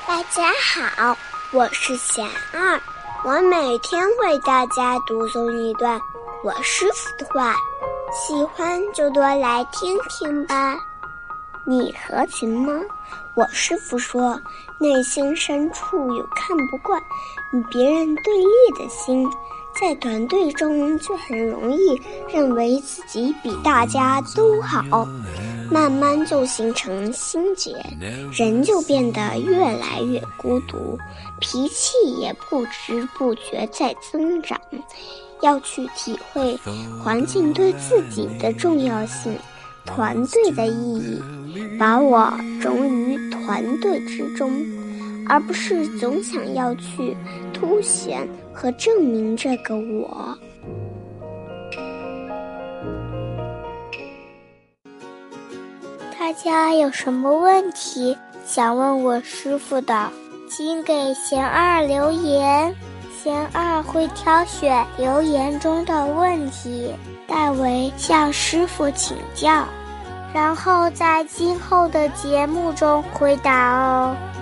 大家好，我是贤二，我每天为大家读诵一段我师父的话，喜欢就多来听听吧。你合群吗？我师父说，内心深处有看不惯与别人对立的心，在团队中就很容易认为自己比大家都好，慢慢就形成心结，人就变得越来越孤独，脾气也不知不觉在增长。要去体会环境对自己的重要性，团队的意义，把我融于团队之中，而不是总想要去凸显和证明这个我。大家有什么问题想问我师父的，请给贤二留言，贤二会挑选留言中的问题，代为向师父请教，然后在今后的节目中回答哦。